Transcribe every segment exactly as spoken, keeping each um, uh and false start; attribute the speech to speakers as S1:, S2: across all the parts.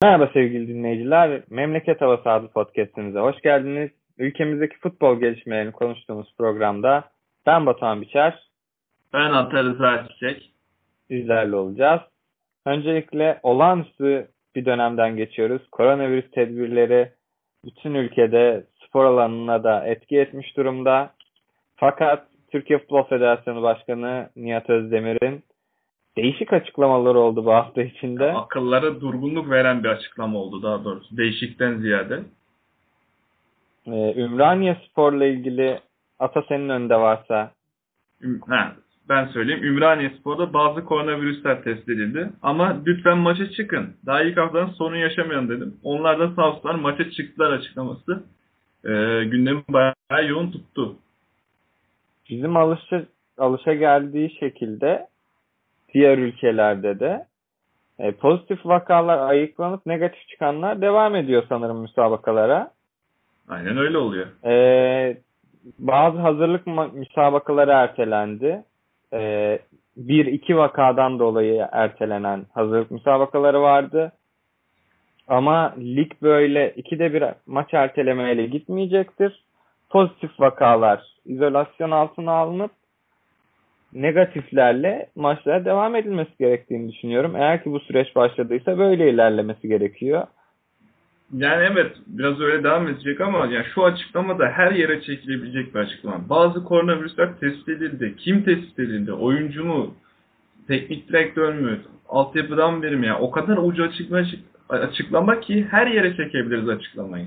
S1: Merhaba sevgili dinleyiciler. Memleket Havası adlı podcastimize hoş geldiniz. Ülkemizdeki futbol gelişmelerini konuştuğumuz programda ben Batuhan Biçer,
S2: Ben Atar Rıza Çiçek.
S1: sizlerle olacağız. Öncelikle olağanüstü bir dönemden geçiyoruz. Koronavirüs tedbirleri bütün ülkede spor alanına da etki etmiş durumda. Fakat Türkiye Futbol Federasyonu Başkanı Nihat Özdemir'in değişik açıklamaları oldu bu hafta içinde.
S2: Ya, akıllara durgunluk veren bir açıklama oldu daha doğrusu. Değişikten ziyade.
S1: Ee, Ümraniye Spor'la ilgili Ata senin önünde varsa.
S2: Üm- Ha, ben söyleyeyim. Ümraniye Spor'da bazı koronavirüsler test edildi. Ama lütfen maça çıkın. Daha ilk haftadan sorun yaşamayalım dedim. Onlar da sağ olsunlar maça çıktılar açıklaması. Ee, gündemi bayağı yoğun tuttu.
S1: Bizim alışa, alışa geldiği şekilde diğer ülkelerde de e, pozitif vakalar ayıklanıp negatif çıkanlar devam ediyor sanırım müsabakalara.
S2: Aynen öyle oluyor.
S1: E, bazı hazırlık ma- müsabakaları ertelendi. E, bir iki vakadan dolayı ertelenen hazırlık müsabakaları vardı. Ama lig böyle ikide bir maç ertelemeyle gitmeyecektir. Pozitif vakalar izolasyon altına alınıp negatiflerle maçlara devam edilmesi gerektiğini düşünüyorum. Eğer ki bu süreç başladıysa böyle ilerlemesi gerekiyor.
S2: Yani evet biraz öyle devam edecek ama yani şu açıklama da her yere çekilebilecek bir açıklama. Bazı koronavirüsler tespit edildi. Kim tespit edildi? Oyuncu mu? Teknik direktör mü? Altyapıdan biri mi? Yani o kadar ucu açıklama, açıklama ki her yere çekebiliriz açıklamayı.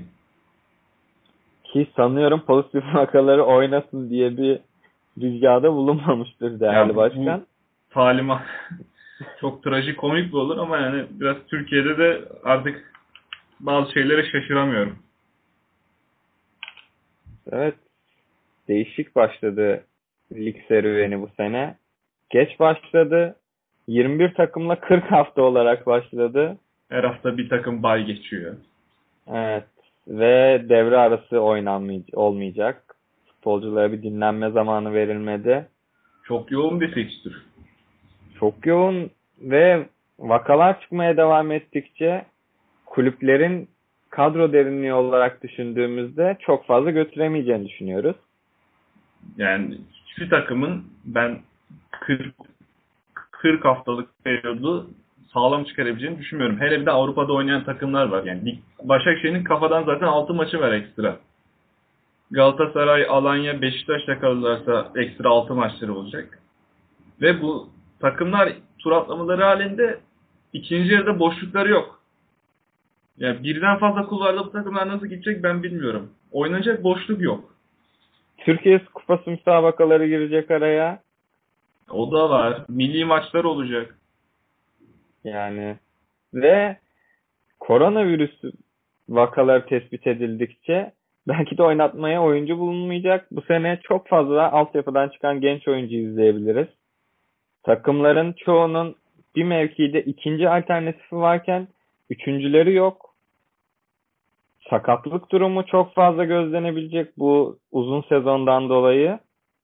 S1: Ki sanıyorum pozitif vakaları oynasın diye bir ricada bulunmamıştır değerli
S2: Yani
S1: başkan.
S2: bu talimat çok trajikomik bir olur ama yani biraz Türkiye'de de artık bazı şeylere şaşıramıyorum.
S1: Evet, değişik başladı lig serüveni bu sene. Geç başladı. yirmi bir takımla kırk hafta olarak başladı.
S2: Her hafta bir takım bay geçiyor.
S1: Evet. Ve devre arası oynanmayacak, olmayacak. Futbolculara bir dinlenme zamanı verilmedi.
S2: Çok yoğun bir fikstür.
S1: Çok yoğun ve vakalar çıkmaya devam ettikçe kulüplerin kadro derinliği olarak düşündüğümüzde çok fazla götüremeyeceğini düşünüyoruz.
S2: Yani hiçbir takımın ben kırk, kırk haftalık periyodu sağlam çıkarabileceğini düşünmüyorum. Hele bir de Avrupa'da oynayan takımlar var. Yani Başakşehir'in kafadan zaten altı maçı var ekstra. Galatasaray, Alanya, Beşiktaş'la kalırlarsa ekstra altı maçları olacak. Ve bu takımlar tur atlamaları halinde ikinci yarıda boşlukları yok. Yani birden fazla kulvarda bu takımlar nasıl gidecek ben bilmiyorum. Oynanacak boşluk yok.
S1: Türkiye Kupası müsabakaları girecek araya.
S2: O da var. Milli maçlar olacak.
S1: Yani ve koronavirüs vakaları tespit edildikçe belki de oynatmaya oyuncu bulunmayacak. Bu sene çok fazla altyapıdan çıkan genç oyuncu izleyebiliriz. Takımların çoğunun bir mevkide ikinci alternatifi varken üçüncüleri yok. Sakatlık durumu çok fazla gözlenebilecek bu uzun sezondan dolayı.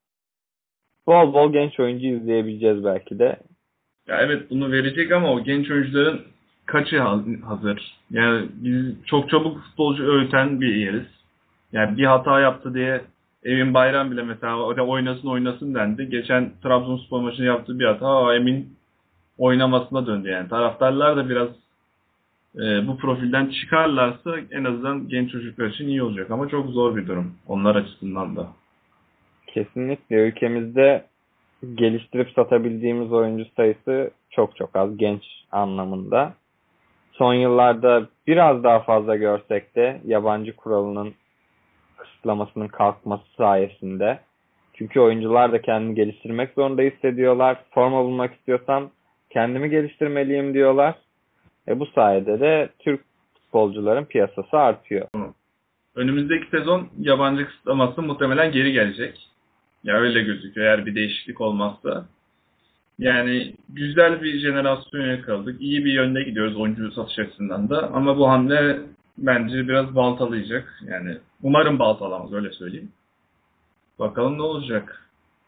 S1: Bol bol genç oyuncu izleyebileceğiz belki de.
S2: Ya evet bunu verecek ama o genç oyuncuların kaçı hazır? Yani biz çok çabuk futbolcu öğüten bir yeriz. Yani bir hata yaptı diye Emin Bayram bile mesela orada oynasın oynasın dendi. Geçen Trabzonspor maçını yaptığı bir hata o Emin oynamasına döndü yani. Taraftarlar da biraz e, bu profilden çıkarlarsa en azından genç çocuklar için iyi olacak ama çok zor bir durum onlar açısından da.
S1: Kesinlikle ülkemizde geliştirip satabildiğimiz oyuncu sayısı çok çok az genç anlamında. Son yıllarda biraz daha fazla görsek de yabancı kuralının kısıtlamasının kalkması sayesinde. Çünkü oyuncular da kendini geliştirmek zorunda hissediyorlar. Forma bulmak istiyorsam kendimi geliştirmeliyim diyorlar. E bu sayede de Türk futbolcuların piyasası artıyor.
S2: Önümüzdeki sezon yabancı kısıtlaması muhtemelen geri gelecek. Ya öyle gözüküyor eğer bir değişiklik olmazsa. Yani güzel bir jenerasyon yakaladık. İyi bir yönde gidiyoruz oyuncu satış açısından da. Ama bu hamle bence biraz baltalayacak. Yani umarım baltalamaz öyle söyleyeyim. Bakalım ne olacak.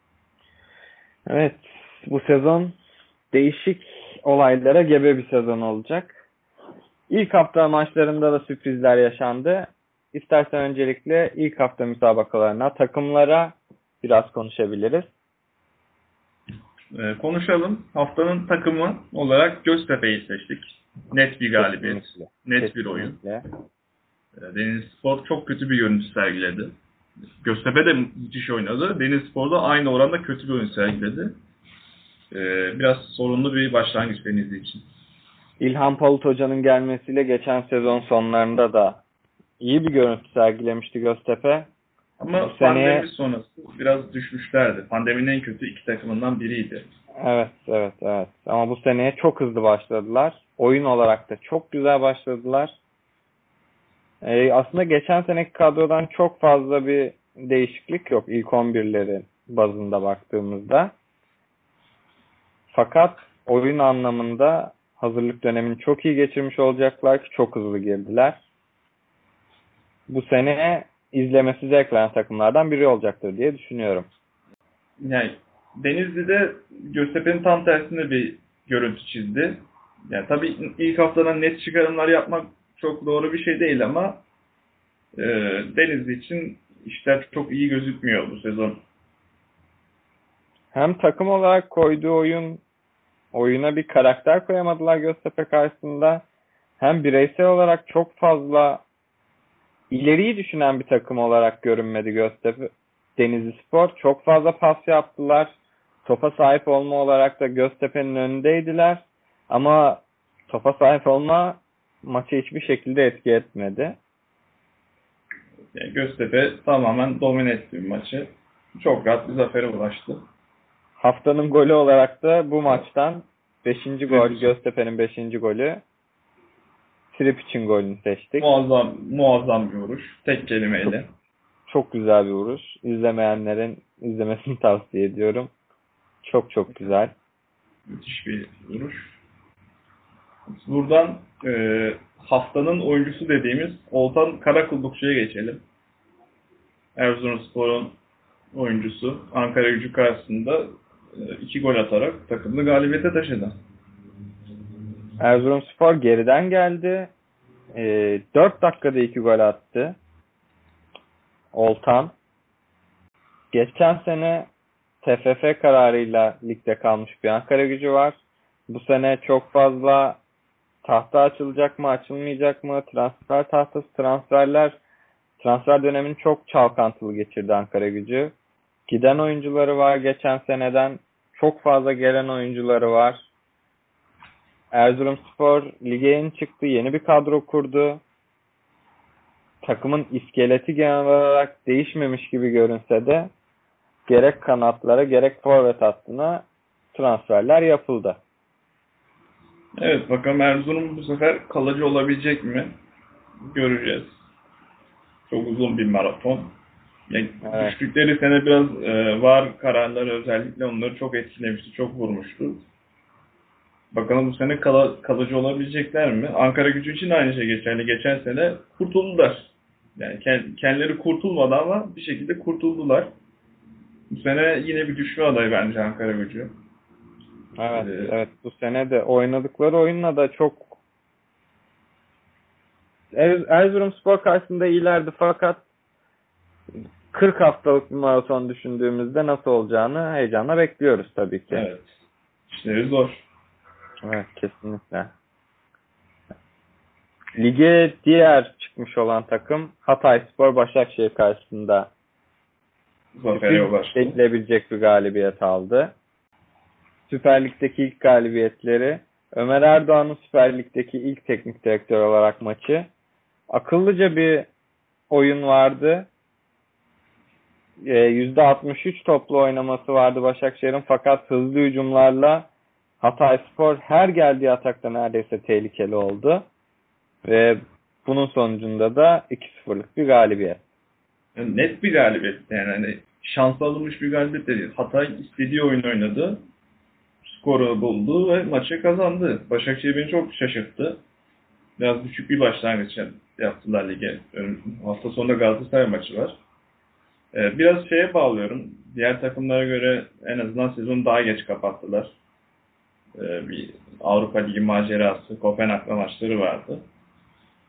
S1: Evet, bu sezon değişik olaylara gebe bir sezon olacak. İlk hafta maçlarında da sürprizler yaşandı. İstersen öncelikle ilk hafta müsabakalarına, takımlara biraz konuşabiliriz.
S2: Ee, konuşalım. Haftanın takımı olarak Göztepe'yi seçtik. Net bir galibiyet.
S1: Kesinlikle.
S2: Net bir oyun.
S1: Kesinlikle.
S2: Ee, Denizlispor çok kötü bir görüntü sergiledi. Göztepe de müthiş oynadı. Denizlispor da aynı oranda kötü bir oyun sergiledi. Ee, biraz sorunlu bir başlangıç Denizli için.
S1: İlhan Palut Hoca'nın gelmesiyle geçen sezon sonlarında da iyi bir görüntü sergilemişti Göztepe.
S2: Ama
S1: Bu seneye...
S2: pandemi sonrası biraz düşmüşlerdi. Pandeminin en kötü iki takımından biriydi.
S1: Evet, evet, evet. Ama bu seneye çok hızlı başladılar. Oyun olarak da çok güzel başladılar. Ee, aslında geçen seneki kadrodan çok fazla bir değişiklik yok ilk on birleri bazında baktığımızda. Fakat oyun anlamında hazırlık dönemini çok iyi geçirmiş olacaklar ki çok hızlı girdiler. Bu sene izlemesi zevk veren takımlardan biri olacaktır diye düşünüyorum.
S2: Yani Denizli'de Göztepe'nin tam tersine bir görüntü çizdi. Yani tabii ilk haftadan net çıkarımlar yapmak çok doğru bir şey değil ama e, Denizli için işler çok iyi gözükmüyor bu sezon.
S1: Hem takım olarak koyduğu oyun oyuna bir karakter koyamadılar Göztepe karşısında. Hem bireysel olarak çok fazla ileriyi düşünen bir takım olarak görünmedi Göztepe. Denizlispor çok fazla pas yaptılar. Topa sahip olma olarak da Göztepe'nin önündeydiler. Ama topa sahip olma maçı hiçbir şekilde etki etmedi.
S2: Yani Göztepe tamamen domine etti bir maçı. Çok rahat bir zafere ulaştı.
S1: Haftanın golü olarak da bu maçtan beşinci gol,
S2: Tripic'in.
S1: Göztepe'nin beşinci golü. Tripic'in golünü seçtik.
S2: Muazzam, muazzam bir vuruş. Tek kelimeyle.
S1: Çok, çok güzel bir vuruş. İzlemeyenlerin izlemesini tavsiye ediyorum. Çok çok güzel.
S2: Müthiş bir vuruş. Buradan e, haftanın oyuncusu dediğimiz Oltan Karakullukçu'ya geçelim. Erzurumspor'un oyuncusu Ankaragücü karşısında e, iki gol atarak takımını galibiyete taşıdı.
S1: Erzurumspor geriden geldi. E, dört dakikada iki gol attı. Oltan. Geçen sene T F F kararıyla ligde kalmış bir Ankaragücü var. Bu sene çok fazla tahta açılacak mı, açılmayacak mı? Transfer tahtası, transferler, transfer dönemini çok çalkantılı geçirdi Ankaragücü. Giden oyuncuları var geçen seneden. Çok fazla gelen oyuncuları var. Erzurumspor lige yeni çıktı. Yeni bir kadro kurdu. Takımın iskeleti genel olarak değişmemiş gibi görünse de gerek kanatlara gerek forvet hattına transferler yapıldı.
S2: Evet, bakalım Erzurum bu sefer kalıcı olabilecek mi? Göreceğiz. Çok uzun bir maraton. Yani
S1: Evet.
S2: düştükleri sene biraz e, var kararları özellikle onları çok etkilemişti, çok vurmuştu. Bakalım bu sene kal kalıcı olabilecekler mi? Ankaragücü için aynı şey geçerli. Geçen sene kurtuldular. Yani kendileri kurtulmadı ama bir şekilde kurtuldular. Bu sene yine bir düşme adayı bence Ankaragücü.
S1: Evet,
S2: Ee,
S1: evet bu sene de oynadıkları oyunla da çok Er- Erzurumspor karşısında iyilerdi fakat kırk haftalık bir maraton düşündüğümüzde nasıl olacağını heyecanla bekliyoruz tabii ki.
S2: evet. İşleri zor.
S1: Evet, kesinlikle. Lige diğer çıkmış olan takım Hatayspor Başakşehir karşısında
S2: Zafere ulaştı.
S1: bekleyebilecek bir galibiyet aldı. Süper Lig'deki ilk galibiyetleri, Ömer Erdoğan'ın Süper Lig'deki ilk teknik direktör olarak maçı. Akıllıca bir oyun vardı. yüzde altmış üç toplu oynaması vardı Başakşehir'in fakat hızlı hücumlarla Hatayspor her geldiği atakta neredeyse tehlikeli oldu. Ve bunun sonucunda da iki sıfırlık bir galibiyet.
S2: Yani net bir galibiyet. Yani hani şanslı alınmış bir galibiyet değil. Hatay istediği oyun oynadı. Skoru buldu ve maçı kazandı. Başakşehir beni çok şaşırttı. Biraz düşük bir başlangıç yaptılar lige. Hafta sonunda Galatasaray maçı var. Ee, biraz şeye bağlıyorum. Diğer takımlara göre en azından sezonu daha geç kapattılar. Ee, bir Avrupa Ligi macerası, Kopenhag'la maçları vardı.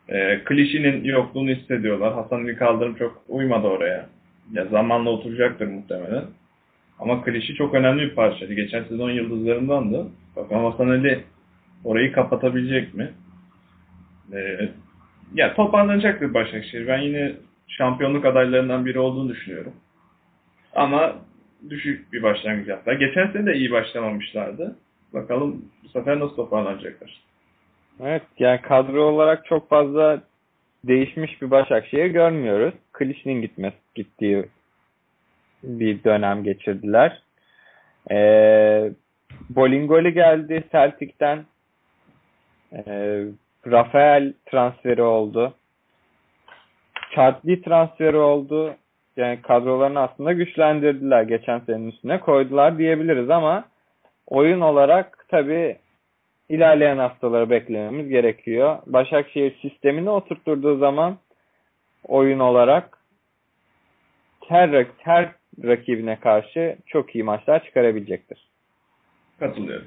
S2: E, Klişi'nin yokluğunu hissediyorlar. Hasan Ali Kaldırım çok uymadı oraya. Ya zamanla oturacaktır muhtemelen. Ama Klişi çok önemli bir parçaydı. Geçen sezon yıldızlarındandı. Bakalım Hasan Ali orayı kapatabilecek mi? E, Ya toparlanacaktır Başakşehir. Ben yine şampiyonluk adaylarından biri olduğunu düşünüyorum. Ama düşük bir başlangıç yaptılar. Geçen sene de iyi başlamamışlardı. Bakalım bu sefer nasıl toparlanacaklar.
S1: Evet, yani kadro olarak çok fazla değişmiş bir Başakşehir görmüyoruz. Klişe'nin gitmesi, gittiği bir dönem geçirdiler. Ee, Bolingoli geldi Celtic'ten. Ee, Rafael transferi oldu. Charlie transferi oldu. Yani kadrolarını aslında güçlendirdiler. Geçen senenin üstüne koydular diyebiliriz ama oyun olarak tabii ilerleyen haftaları beklememiz gerekiyor. Başakşehir sistemini oturtturduğu zaman oyun olarak her, her rakibine karşı çok iyi maçlar çıkarabilecektir.
S2: Katılıyorum.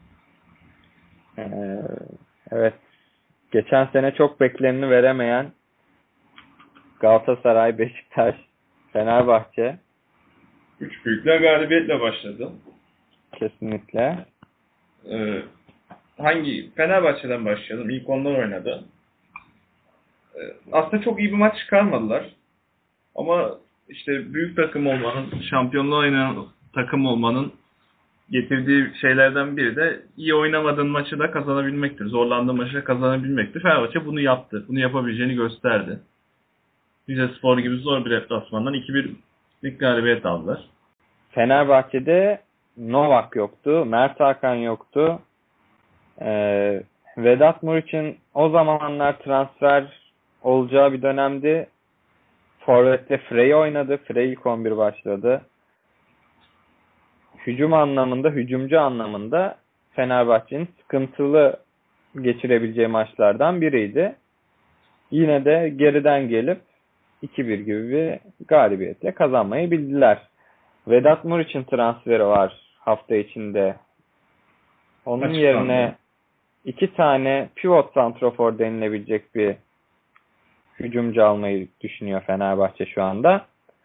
S1: Ee, evet. Geçen sene çok bekleneni veremeyen Galatasaray, Beşiktaş, Fenerbahçe
S2: Üç büyükler galibiyetle başladı.
S1: kesinlikle.
S2: Ee, hangi? Fenerbahçe'den başlayalım. İlk onlar oynadı. Ee, aslında çok iyi bir maç çıkarmadılar. Ama işte büyük takım olmanın, şampiyonluğa oynayan takım olmanın getirdiği şeylerden biri de iyi oynamadığın maçı da kazanabilmektir. Zorlandığın maçı da kazanabilmektir. Fenerbahçe bunu yaptı. Bunu yapabileceğini gösterdi. Rizespor gibi zor bir deplasmandan iki birlik galibiyet aldılar.
S1: Fenerbahçe'de Novak yoktu, Mert Hakan yoktu. Ee, Vedat Muriç'in o zamanlar transfer olacağı bir dönemdi. Forvet'te Frey oynadı. Frey ilk on bir başladı. Hücum anlamında, hücumcu anlamında Fenerbahçe'nin sıkıntılı geçirebileceği maçlardan biriydi. Yine de geriden gelip iki bir gibi bir galibiyetle kazanmayı bildiler. Vedat Muriç'in transferi var hafta içinde. Onun
S2: Açıklandı.
S1: yerine iki tane pivot santrafor denilebilecek bir hücumcu almayı düşünüyor Fenerbahçe şu anda.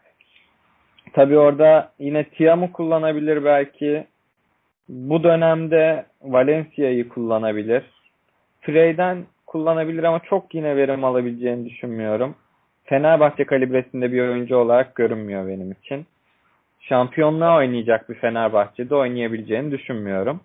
S1: Tabii orada yine Tiam'ı kullanabilir belki. Bu dönemde Valencia'yı kullanabilir. Frey'den kullanabilir ama çok yine verim alabileceğini düşünmüyorum. Fenerbahçe kalibresinde bir oyuncu olarak görünmüyor benim için. Şampiyonluğa oynayacak bir Fenerbahçe'de oynayabileceğini düşünmüyorum.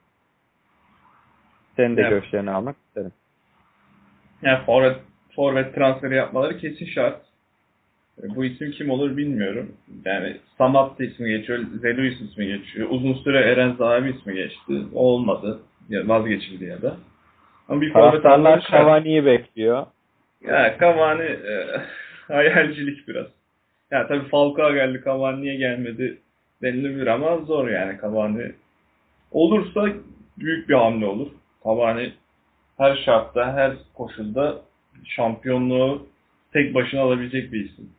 S1: Senin de
S2: Evet.
S1: görüşlerini almak isterim.
S2: Yani forvet, forvet transferi yapmaları kesin şart. Bu isim kim olur bilmiyorum. Yani Samat ismi geçiyor, Zeluis ismi geçiyor. Uzun süre Eren Zahavi ismi geçti. O olmadı. Ya vazgeçildi ya da. Ama bir forvet
S1: Taraftarlar
S2: almaları şart.
S1: Cavani'yi bekliyor.
S2: Ya Cavani e, hayalcilik biraz. Ya tabii Falcao geldi, Cavani niye gelmedi denilebilir ama zor yani Cavani. Olursa büyük bir hamle olur. Cavani her şartta, her koşulda şampiyonluğu tek başına alabilecek bir isim.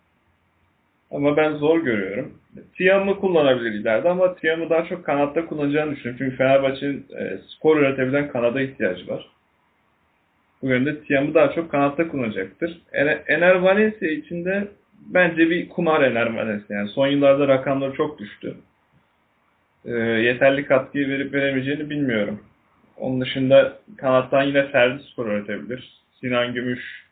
S2: Ama ben zor görüyorum. Tiam'ı kullanabilir ileride ama Tiam'ı daha çok kanatta kullanacağını düşünüyorum. Çünkü Fenerbahçe'nin e, skor üretebilen kanada ihtiyacı var. Bu yönde Tiam'ı daha çok kanatta kullanacaktır. Ener, Ener Valencia için de bence bir kumar Ener Valencia. Yani son yıllarda rakamları çok düştü. E, yeterli katkıyı verip veremeyeceğini bilmiyorum. Onun dışında kanattan yine Ferdi skor üretebilir. Sinan Gümüş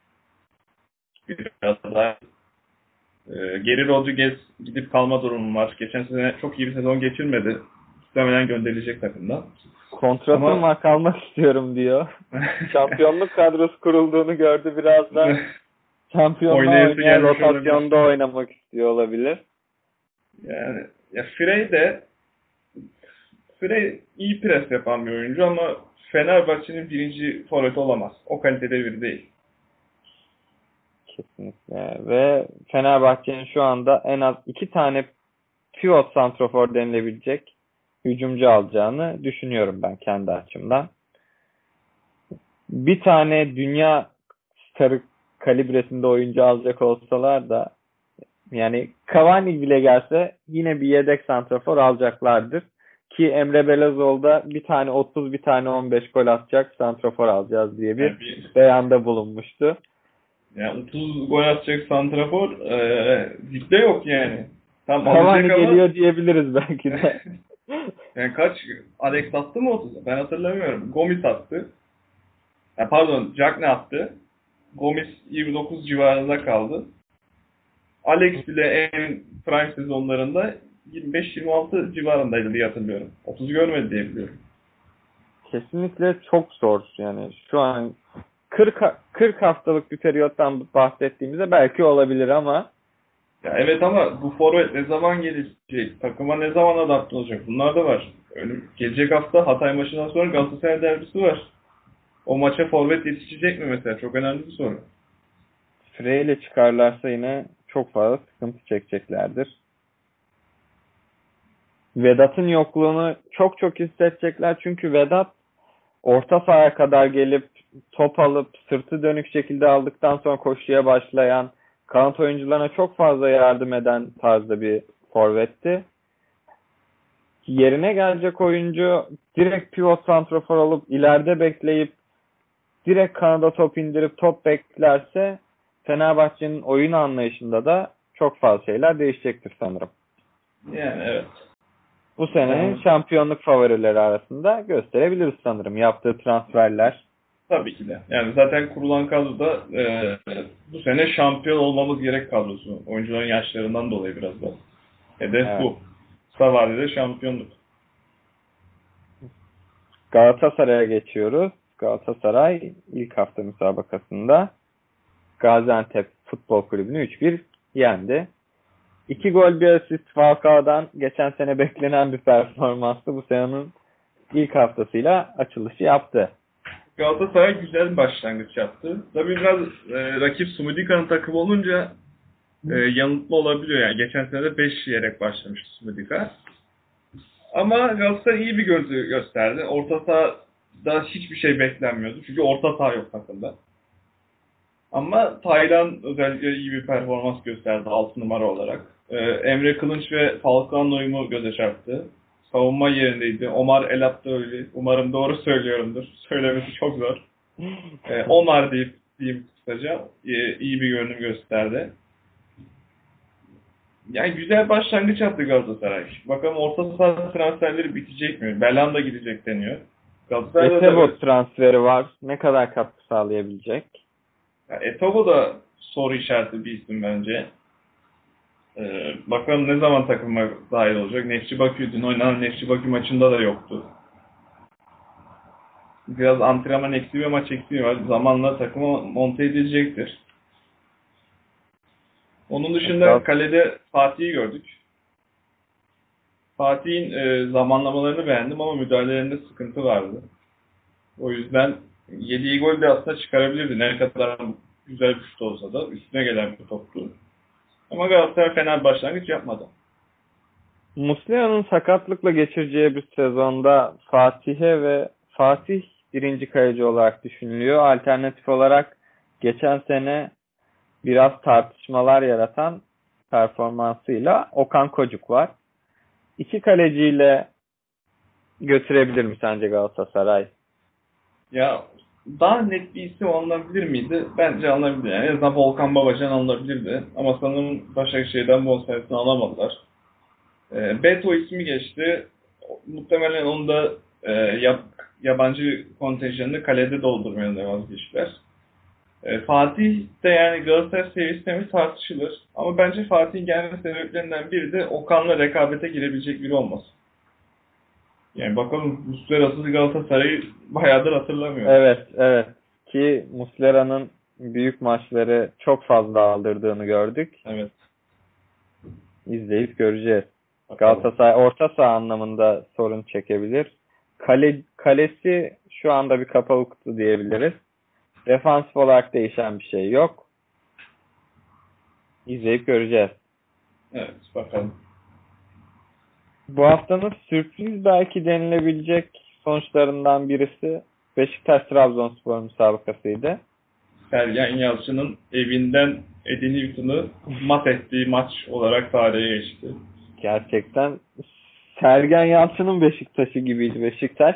S2: biraz daha. E, Geri Rodriguez gidip kalma durumu var. Geçen sene çok iyi bir sezon geçirmedi. Muhtemelen gönderilecek takımdan.
S1: Kontratım
S2: Ama
S1: var kalmak istiyorum diyor. Şampiyonluk kadrosu kurulduğunu gördü biraz da şampiyonluğa
S2: Oynayası
S1: oynayan
S2: gelmiş
S1: rotasyonda
S2: olabilir.
S1: oynamak istiyor olabilir.
S2: Yani ya Frey de Frey iyi pres yapan bir oyuncu ama Fenerbahçe'nin birinci forveti olamaz. O kalitede biri değil.
S1: Kesinlikle. Ve Fenerbahçe'nin şu anda en az iki tane pivot santrafor denilebilecek hücumcu alacağını düşünüyorum ben kendi açımdan. Bir tane dünya starı kalibresinde oyuncu alacak olsalar da yani Cavani bile gelse yine bir yedek santrafor alacaklardır. Ki Emre Belezoğlu'da bir tane otuz bir tane on beş gol atacak santrafor alacağız diye bir,
S2: Yani bir
S1: beyanda bulunmuştu.
S2: yani otuz gol atacak santrafor e, ligde yok yani. Tam
S1: Cavani
S2: alacak ama
S1: geliyor diyebiliriz belki de.
S2: yani kaç Alex attı mı otuz? Ben hatırlamıyorum. Gomis attı. Ya pardon, Jack ne attı? Gomis yirmi dokuz civarında kaldı. Alex bile en prime sezonlarında yirmi beş yirmi altı civarındaydı diye hatırlıyorum. otuz görmedi diye biliyorum.
S1: Kesinlikle çok zor yani şu an kırk ha- kırk haftalık bir periyottan bahsettiğimizde belki olabilir ama
S2: Ya evet ama bu forvet ne zaman gelecek? Takıma ne zaman adapte olacak? Bunlar da var. Önüm, gelecek hafta Hatay maçından sonra Galatasaray derbisi var. O maça forvet yetişecek mi mesela? Çok önemli bir soru.
S1: süreyle çıkarlarsa yine çok fazla sıkıntı çekeceklerdir. Vedat'ın yokluğunu çok çok hissedecekler çünkü Vedat orta sahaya kadar gelip top alıp sırtı dönük şekilde aldıktan sonra koşuya başlayan, kanat oyuncularına çok fazla yardım eden tarzda bir forvetti. Yerine gelecek oyuncu direkt pivot santrafor olup ileride bekleyip direkt kanada top indirip top beklerse Fenerbahçe'nin oyun anlayışında da çok fazla şeyler değişecektir sanırım.
S2: Yani evet.
S1: Bu senenin
S2: Yani,
S1: şampiyonluk favorileri arasında gösterebiliriz sanırım yaptığı transferler.
S2: tabii ki de. Yani zaten kurulan kadroda e, bu sene şampiyon olmamız gerek kadrosu. Oyuncuların yaşlarından dolayı biraz da. Hedef
S1: Evet.
S2: bu. Kısa vadede şampiyonluk.
S1: Galatasaray'a geçiyoruz. Galatasaray ilk hafta müsabakasında Gaziantep Futbol Kulübü'nü üç bir yendi. iki gol bir asist Falcao'dan geçen sene beklenen bir performanstı. Bu senenin ilk haftasıyla açılışı yaptı.
S2: Galatasaray güzel bir başlangıç yaptı. Tabii biraz e, rakip Sumudika'nın takımı olunca e, yanıltma olabiliyor. Yani geçen sene de beş yiyerek başlamıştı Sumudika. Ama Galatasaray iyi bir görüntü gösterdi. Orta sahada hiçbir şey beklenmiyordu. Çünkü orta saha yok takımda. Ama Taylan özellikle iyi bir performans gösterdi altı numara olarak. Ee, Emre Kılınç ve Falcao'nun uyumu göze çarptı. Savunma yerindeydi. Omar Elat da öyle. Umarım doğru söylüyorumdur. Söylemesi çok zor. Ee, Omar deyip diyeyim kısaca. Ee, iyi bir görünüm gösterdi. Yani güzel başlangıç yaptı Galatasaray. Bakalım orta saha transferleri bitecek mi? Belhanda gidecek deniyor. Galatasaray'da
S1: Etebo
S2: da
S1: transferi var. Ne kadar katkı sağlayabilecek?
S2: yani Etobo da soru işareti bir isim bence. Ee, bakalım ne zaman takıma dahil olacak. Nefçi Bakü, dün oynanan Nefçi Bakü maçında da yoktu. Biraz antrenman eksiği ve maç eksiği var. Zamanla takıma monte edilecektir. Onun dışında kalede Fatih'i gördük. Fatih'in e, zamanlamalarını beğendim ama müdahalelerinde sıkıntı vardı. O yüzden yediği gol de aslında çıkarabilirdi. Ne kadar güzel bir şut olsa da üstüne gelen bir toptu. Ama Galatasaray fena bir başlangıç yapmadı.
S1: Muslera'nın sakatlıkla geçireceği bir sezonda Fatih'e ve Fatih birinci kaleci olarak düşünülüyor. Alternatif olarak geçen sene biraz tartışmalar yaratan performansıyla Okan Kocuk var. İki kaleciyle götürebilir mi sence Galatasaray?
S2: Ya daha net bir isim alınabilir miydi? Bence alınabilir. Yani en azından Volkan Babacan alınabilirdi. Ama sanırım Başakşehir'den bonservisini alamadılar. E, Beto ismi geçti. Muhtemelen onu da e, yap, yabancı kontenjanını kalede doldurmaya vazgeçtiler. E, Fatih de yani Galatasaray seviyesinde mi tartışılır. Ama bence Fatih'in gelme sebeplerinden biri de Okan'la rekabete girebilecek biri olması. Yani bakalım Muslera'sız Galatasaray'ı bayağıdır hatırlamıyorum.
S1: Evet, evet. Ki Muslera'nın büyük maçları çok fazla aldırdığını gördük.
S2: Evet.
S1: İzleyip göreceğiz.
S2: Bakalım.
S1: Galatasaray orta saha anlamında sorun çekebilir. Kale, kalesi şu anda bir kapalı kutu diyebiliriz. Defansif olarak değişen bir şey yok. İzleyip göreceğiz.
S2: Evet, bakalım.
S1: Bu haftanın sürpriz belki denilebilecek sonuçlarından birisi Beşiktaş-Trabzonspor müsabakasıydı.
S2: Sergen Yalçın'ın evinden Edin Newton'u mat ettiği maç olarak tarihe geçti.
S1: Gerçekten Sergen Yalçın'ın Beşiktaş'ı gibiydi Beşiktaş.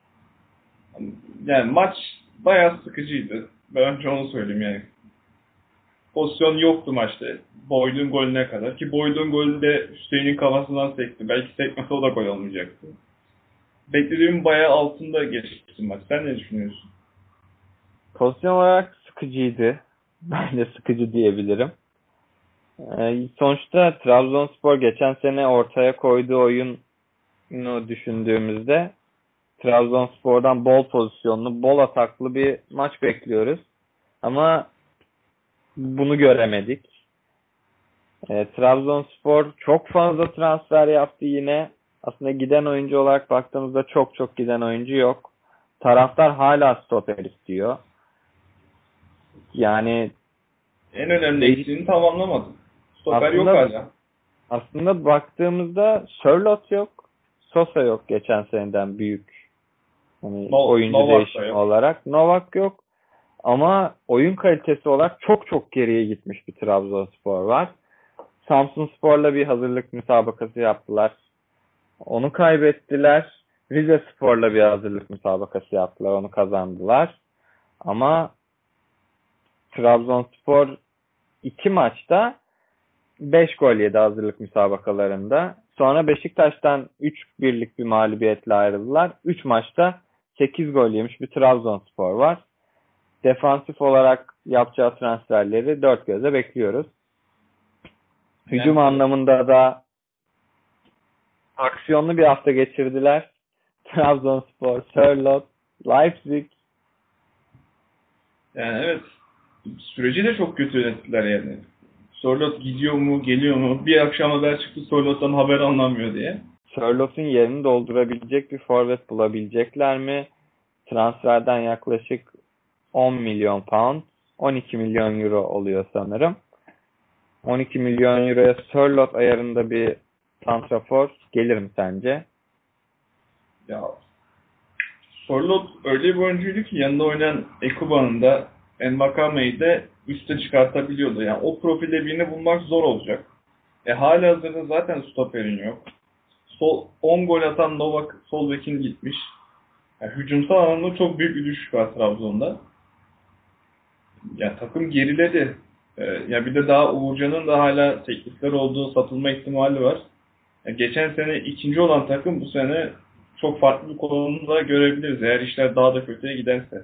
S2: Yani maç bayağı sıkıcıydı. Ben önce onu söyleyeyim yani. Pozisyon yoktu maçta. Boyd'un golüne kadar. Ki Boyd'un golü de Hüseyin'in kafasından sekti. Belki sekmese o da gol olmayacaktı. Beklediğimin bayağı altında geçti maç. Sen ne düşünüyorsun?
S1: Pozisyon olarak sıkıcıydı. Ben de sıkıcı diyebilirim. Ee, sonuçta Trabzonspor geçen sene ortaya koyduğu oyunu düşündüğümüzde Trabzonspor'dan bol pozisyonlu, bol ataklı bir maç bekliyoruz. Ama bunu göremedik. E, Trabzonspor çok fazla transfer yaptı yine. Aslında giden oyuncu olarak baktığımızda çok çok giden oyuncu yok. Taraftar hala stoper istiyor. Yani
S2: En önemli eksiğini tamamlamadı. Stoper yok
S1: aslında
S2: hala.
S1: aslında baktığımızda Sörloth yok. Sosa yok geçen seneden büyük. Hani
S2: No,
S1: oyuncu
S2: Novak da
S1: değişimi
S2: yok.
S1: olarak. Novak yok. Ama oyun kalitesi olarak çok çok geriye gitmiş bir Trabzonspor var. Samsunspor'la bir hazırlık müsabakası yaptılar. Onu kaybettiler. Rizespor'la bir hazırlık müsabakası yaptılar. Onu kazandılar. Ama Trabzonspor iki maçta beş gol yedi hazırlık müsabakalarında. Sonra Beşiktaş'tan üç birlik bir mağlubiyetle ayrıldılar. üç maçta sekiz gol yemiş bir Trabzonspor var. Defansif olarak yapacağı transferleri dört gözle bekliyoruz. Hücum
S2: Yani,
S1: anlamında da aksiyonlu bir hafta geçirdiler. Trabzonspor, Sörloth, Leipzig.
S2: yani evet. Süreci de çok kötü yönettiler yani. Sörloth gidiyor mu, geliyor mu? Bir akşam haber çıktı Sörloth'tan haber anlamıyor diye.
S1: Sörloth'un yerini doldurabilecek bir forvet bulabilecekler mi? Transferden yaklaşık on milyon pound, on iki milyon euro oluyor sanırım. on iki milyon euroya Sörloth ayarında bir santrafor gelir mi sence?
S2: Ya Sörloth öyle bir oyuncuydu ki yanında oynayan Ekuba'nın da Envakame'yi de üste çıkartabiliyordu. Yani o profilde birini bulmak zor olacak. E halihazırda zaten stoperin yok. Sol, on gol atan Novak sol bekin gitmiş. Yani hücumsal anlamda çok büyük bir düşüş var Trabzon'da. Ya takım geriledi. Ee, ya bir de daha Uğurcan'ın da hala teklifler olduğu satılma ihtimali var. Ya geçen sene ikinci olan takım bu sene çok farklı bir konumda görebiliriz eğer işler daha da kötüye giderse.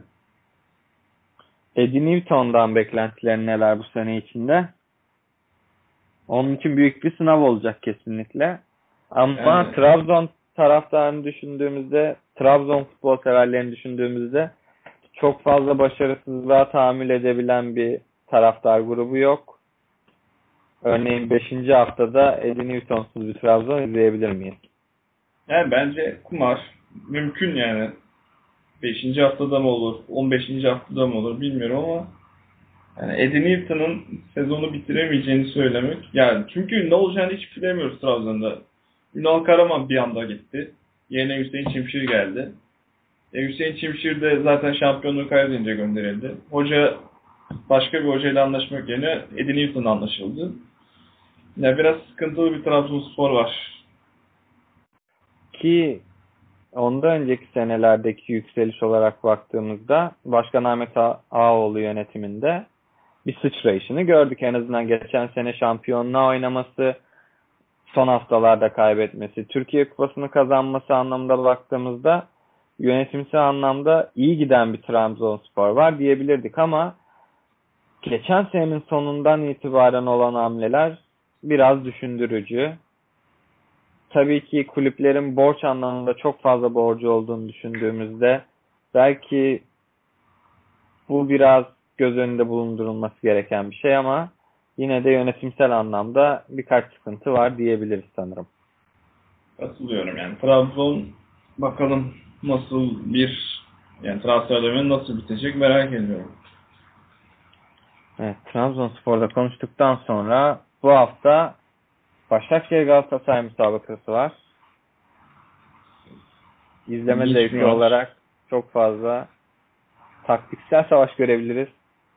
S1: Eddie Newton'dan beklentilerin neler bu sene içinde? Onun için büyük bir sınav olacak kesinlikle. Ama
S2: Yani
S1: Trabzon taraftarını düşündüğümüzde, Trabzon futbol severlerini düşündüğümüzde çok fazla başarısızlığa tahammül edebilen bir taraftar grubu yok. Örneğin beşinci haftada Eddie Newton'suz bir Trabzon izleyebilir miyiz?
S2: yani bence kumar mümkün yani. Beşinci haftada mı olur, on beşinci haftada mı olur bilmiyorum ama yani Eddie Newton'un sezonu bitiremeyeceğini söylemek. Yani çünkü ne olacağını hiç bilemiyoruz Trabzon'da. Ünal Karaman bir anda gitti. Yerine Hüseyin Çimşir geldi. E, Hüseyin Çimşir de zaten şampiyonluğu kaybedince gönderildi. Hoca başka bir hocayla anlaşmak yerine Eddie Newton'la anlaşıldı. Ya biraz sıkıntılı bir Trabzonspor var.
S1: Ki ondan önceki senelerdeki yükseliş olarak baktığımızda Başkan Ahmet Ağaoğlu yönetiminde bir sıçrayışını gördük. En azından geçen sene şampiyonluğa oynaması, son haftalarda kaybetmesi, Türkiye Kupası'nı kazanması anlamında baktığımızda yönetimsel anlamda iyi giden bir Trabzonspor var diyebilirdik ama geçen senenin sonundan itibaren olan hamleler biraz düşündürücü. Tabii ki kulüplerin borç anlamında çok fazla borcu olduğunu düşündüğümüzde belki bu biraz göz önünde bulundurulması gereken bir şey ama yine de yönetimsel anlamda birkaç sıkıntı var diyebiliriz sanırım.
S2: Katılıyorum yani. Trabzon bakalım nasıl bir yani transfer dönemi nasıl bitecek merak ediyorum.
S1: Evet, Trabzonspor'da konuştuktan sonra bu hafta Başakşehir Galatasaray müsabakası var. İzleme
S2: İlginç bir
S1: zevki
S2: maç.
S1: olarak çok fazla taktiksel savaş görebiliriz.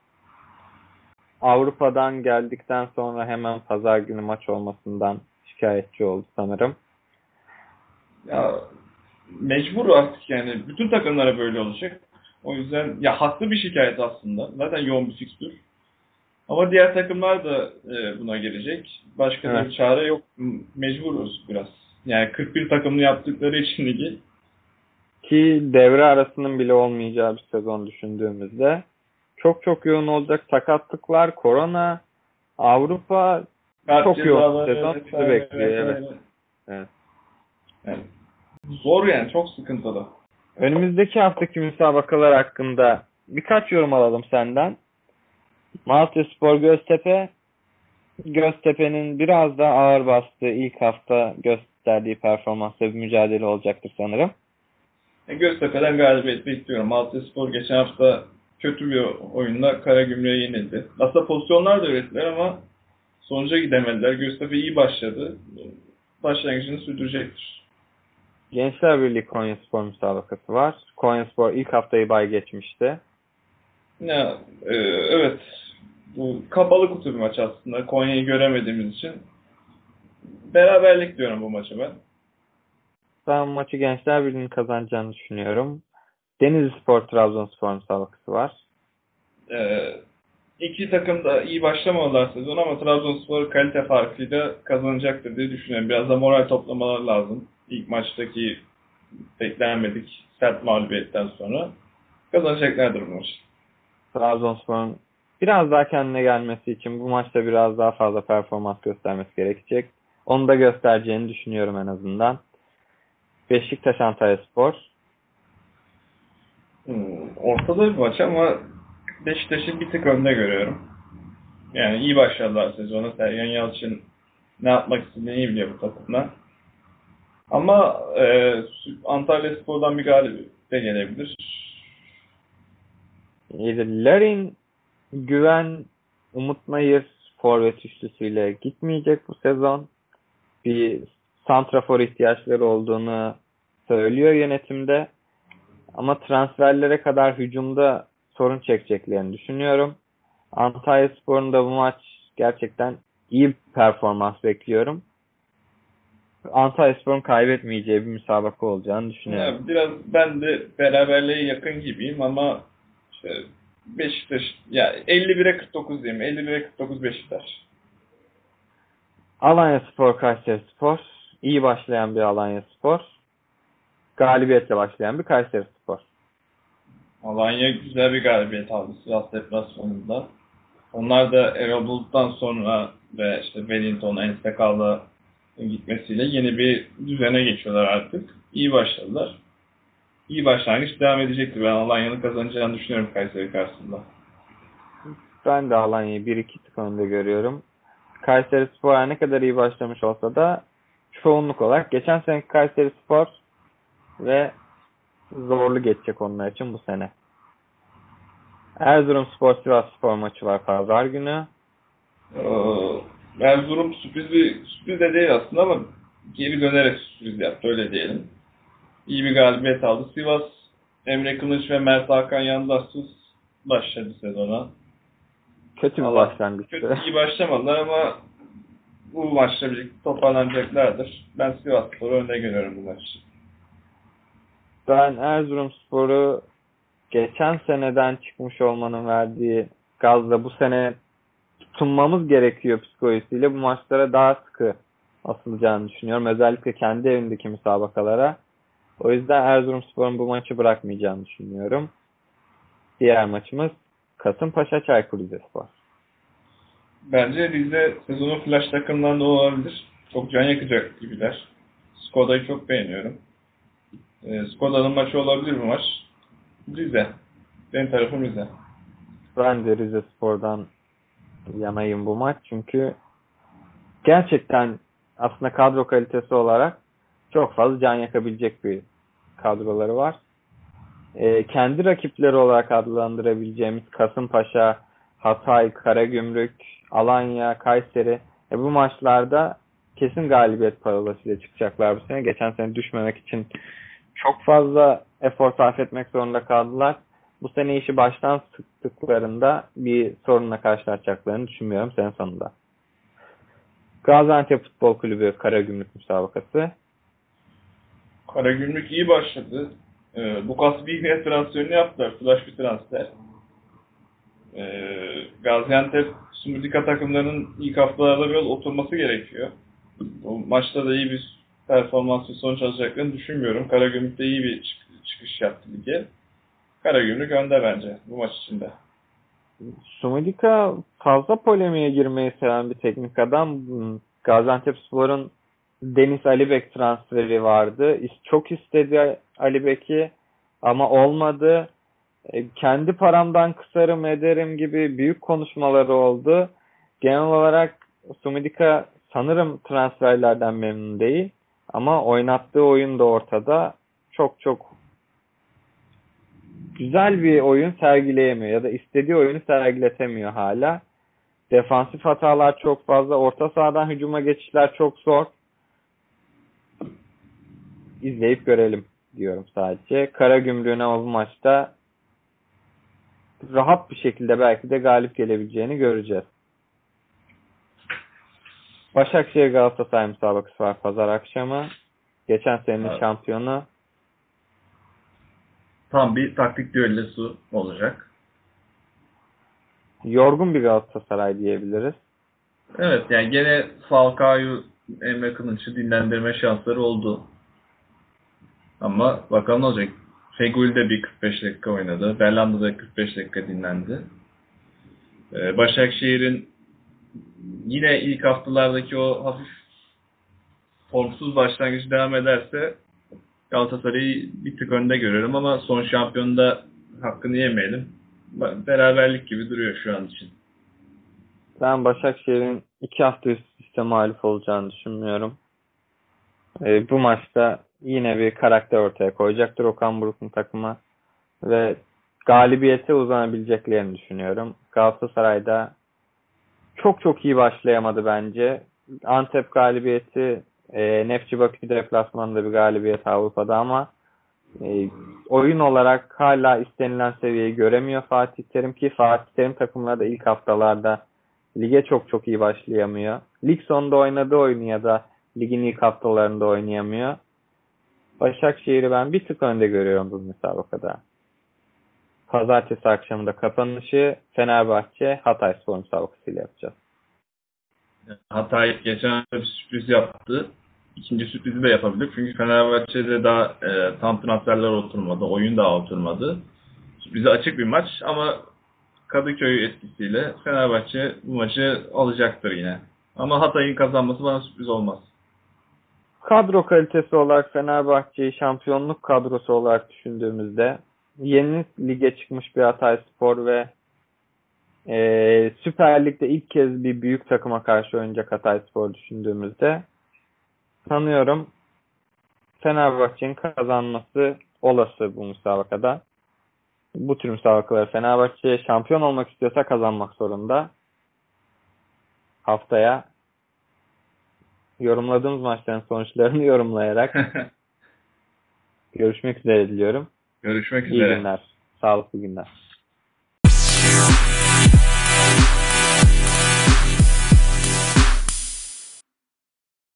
S1: Avrupa'dan geldikten sonra hemen pazar günü maç olmasından şikayetçi oldu sanırım.
S2: Ya mecbur artık yani. Bütün takımlara böyle olacak. O yüzden ya haklı bir şikayet aslında. Zaten yoğun bir fikstür. Ama diğer takımlar da e, buna girecek. Başka da
S1: Evet.
S2: bir çare yok. M- Mecburuz biraz. Yani kırk bir takımlı yaptıkları için ligi.
S1: Ki devre arasının bile olmayacağı bir sezon düşündüğümüzde çok çok yoğun olacak sakatlıklar, korona, Avrupa
S2: Kart
S1: çok yoğun bir
S2: cezaları
S1: sezon bizi
S2: vesaire
S1: bekliyor. Evet.
S2: vesaire.
S1: Evet.
S2: Yani zor yani. Çok sıkıntılı.
S1: Önümüzdeki haftaki müsabakalar hakkında birkaç yorum alalım senden. Malatyaspor Göztepe. Göztepe'nin biraz daha ağır bastığı ilk hafta gösterdiği performansla bir mücadele olacaktır sanırım.
S2: E, Göztepe'den galibiyet bekliyorum. Malatyaspor geçen hafta kötü bir oyunla Karagümrük'e yenildi. Aslında pozisyonlar da ürettiler ama sonuca gidemediler. Göztepe iyi başladı. Başlangıcını sürdürecektir.
S1: Gençler Birliği Konyaspor müsabakası var. Konyaspor ilk haftayı bay geçmişti.
S2: Ya, e, evet. Bu kapalı kutu bir maç aslında. Konya'yı göremediğimiz için. Beraberlik diyorum bu maça ben.
S1: Ben maçı Gençler Birliği'nin kazanacağını düşünüyorum. Denizlispor Trabzonspor müsabakası var.
S2: E, iki takım da iyi başlamadılar sezon ama Trabzonspor kalite farkıyla kazanacaktır diye düşünüyorum. Biraz da moral toplamaları lazım. İlk maçtaki beklenmedik sert mağlubiyetten sonra kazanacaklardır bu maçı.
S1: Trabzonspor'un biraz daha kendine gelmesi için bu maçta biraz daha fazla performans göstermesi gerekecek. Onu da göstereceğini düşünüyorum en azından. Beşiktaş Antalyaspor.
S2: Hmm, ortada bir maç ama Beşiktaş'ı bir tık önde görüyorum. Yani iyi başladılar sezona. Sergen Yalçın ne yapmak istediğini iyi biliyor bu takımda. Ama e, Antalyaspor'dan bir galibiyet de gelebilir.
S1: Larin, Güven, Umut Nayır forvet üçlüsüyle gitmeyecek bu sezon. Bir santrafor ihtiyaçları olduğunu söylüyor yönetimde. Ama transferlere kadar hücumda sorun çekeceklerini düşünüyorum. Antalyaspor'un da bu maç gerçekten iyi bir performans bekliyorum. Antalyaspor'un kaybetmeyeceği bir müsabaka olacağını düşünüyorum.
S2: Ya, biraz ben de beraberliğe yakın gibiyim ama işte Beşiktaş ya elli bire kırk dokuz diyeyim. elli bire kırk dokuz Beşiktaş.
S1: Alanyaspor Kayserispor. İyi başlayan bir Alanyaspor. Galibiyetle başlayan bir Kayserispor.
S2: Alanya güzel bir galibiyet aldı Sivas deplasmanında. Onlar da Erol Bulut'tan sonra ve işte Wellington, Enstekal'la gitmesiyle yeni bir düzene geçiyorlar artık. İyi başladılar. İyi başlangıç devam edecektir. Ben Alanya'nın kazanacağını düşünüyorum Kayseri karşısında.
S1: Ben de Alanya'yı bir iki tık önde görüyorum. Kayserispor her ne kadar iyi başlamış olsa da çoğunluk olarak geçen seneki Kayserispor ve zorlu geçecek onlar için bu sene. Erzurumspor Sivasspor maçı var pazar günü.
S2: Ee, Erzurum sürpriz bir sürpriz de değil aslında ama geri dönerek sürpriz yaptı öyle diyelim. İyi bir galibiyet aldı. Sivas, Emre Kılıç ve Mert Hakan Yandaşsız başladı sezona.
S1: Kötü bir
S2: Allah kötü
S1: başlangıçtı.
S2: iyi başlamadılar ama bu maçla birlikte toparlanacaklardır. Ben Sivasspor'u önde görüyorum bu maçı.
S1: Ben Erzurumspor'u geçen seneden çıkmış olmanın verdiği gazla bu sene tutunmamız gerekiyor psikolojisiyle bu maçlara daha sıkı asılacağını düşünüyorum. Özellikle kendi evindeki müsabakalara. O yüzden Erzurumspor'un bu maçı bırakmayacağını düşünüyorum. Diğer maçımız Kasımpaşa Çaykur Rizespor.
S2: Bence Rize sezonun flash takımından da olabilir. Çok can yakacak gibiler. Skoda'yı çok beğeniyorum. E, Skoda'nın maçı olabilir bu maç. Rize. Benim tarafım Rize.
S1: Ben de Rizespor'dan yanayım bu maç. Çünkü gerçekten aslında kadro kalitesi olarak çok fazla can yakabilecek bir kadroları var. Ee, kendi rakipleri olarak adlandırabileceğimiz Kasımpaşa, Hatay, Karagümrük, Alanya, Kayseri e, bu maçlarda kesin galibiyet parolasıyla çıkacaklar bu sene. Geçen sene düşmemek için çok fazla efor sarf etmek zorunda kaldılar. Bu sene işi baştan sıktıklarında bir sorunla karşılaşacaklarını düşünmüyorum sene sonunda. Gaziantep Futbol Kulübü Karagümrük müsabakası.
S2: Karagümrük iyi başladı. Ee, Lucas Vignes transferini yaptılar. Flash bir transfer. Ee, Gaziantep, Sumudika takımlarının ilk haftalarda biraz oturması gerekiyor. Bu maçta da iyi bir performans ve sonuç alacaklarını düşünmüyorum. Karagümrük de iyi bir çık- çıkış yaptı lige. Karagümrük önde bence bu maç içinde.
S1: Sumudika fazla polemiğe girmeyi seven bir teknik adam. Hmm, Gaziantepspor'un Deniz Alibek transferi vardı. İs- Çok istedi Alibek'i ama olmadı. E, Kendi paramdan kısarım ederim gibi büyük konuşmaları oldu. Genel olarak Sumudika sanırım transferlerden memnun değil. Ama oynattığı oyun da ortada. Çok çok güzel bir oyun sergileyemiyor ya da istediği oyunu sergiletemiyor hala. Defansif hatalar çok fazla. Orta sahadan hücuma geçişler çok zor. İzleyip görelim diyorum sadece. Karagümrük'ün ama bu maçta rahat bir şekilde belki de galip gelebileceğini göreceğiz. Başakşehir Galatasaray müsabakası var pazar akşamı. Geçen senenin
S2: Evet.
S1: şampiyonu.
S2: Tam bir taktik düellosu olacak.
S1: Yorgun bir Galatasaray diyebiliriz.
S2: Evet, yani gene Falcao'yu, Emre Kılınç'ı dinlendirme şansları oldu. Ama bakalım ne olacak. Fegül de bir kırk beş dakika oynadı. Belhanda da kırk beş dakika dinlendi. Ee, Başakşehir'in yine ilk haftalardaki o hafif formsuz başlangıcı devam ederse Galatasaray'ı bir tık önde görüyorum ama son şampiyonda hakkını yemeyelim. Beraberlik gibi duruyor şu an için.
S1: Ben Başakşehir'in iki hafta üst üste mağlup olacağını düşünmüyorum. Ee, bu maçta yine bir karakter ortaya koyacaktır Okan Buruk'un takımı ve galibiyete uzanabileceklerini düşünüyorum. Galatasaray'da çok çok iyi başlayamadı bence. Antep galibiyeti, e, Nefçi Bakü deplasmanında bir galibiyet Avrupa'da ama e, oyun olarak hala istenilen seviyeyi göremiyor Fatih Terim ki Fatih Terim takımları da ilk haftalarda lige çok çok iyi başlayamıyor. Lig sonunda oynadığı oyunu ya da ligin ilk haftalarında oynayamıyor. Başakşehir'i ben bir tık önde görüyorum bu müsabakada. Pazartesi akşamında kapanışı Fenerbahçe Hatayspor müsabakasıyla yapacağız.
S2: Hatay geçen hafta bir sürpriz yaptı. İkinci sürprizi de yapabilir. Çünkü Fenerbahçe'de daha e, tam transferler oturmadı. Oyun daha oturmadı. Sürprize açık bir maç ama Kadıköy etkisiyle Fenerbahçe bu maçı alacaktır yine. Ama Hatay'ın kazanması bana sürpriz olmaz.
S1: Kadro kalitesi olarak Fenerbahçe'yi şampiyonluk kadrosu olarak düşündüğümüzde yeni lige çıkmış bir Hatayspor ve e, Süper Lig'de ilk kez bir büyük takıma karşı oynayacak Hatayspor düşündüğümüzde sanıyorum Fenerbahçe'nin kazanması olası bu müsabakada. Bu tür müsabakaları Fenerbahçe şampiyon olmak istiyorsa kazanmak zorunda. Haftaya yorumladığımız maçların sonuçlarını yorumlayarak görüşmek üzere diliyorum.
S2: Görüşmek
S1: İyi
S2: üzere.
S1: günler. Sağlıklı günler.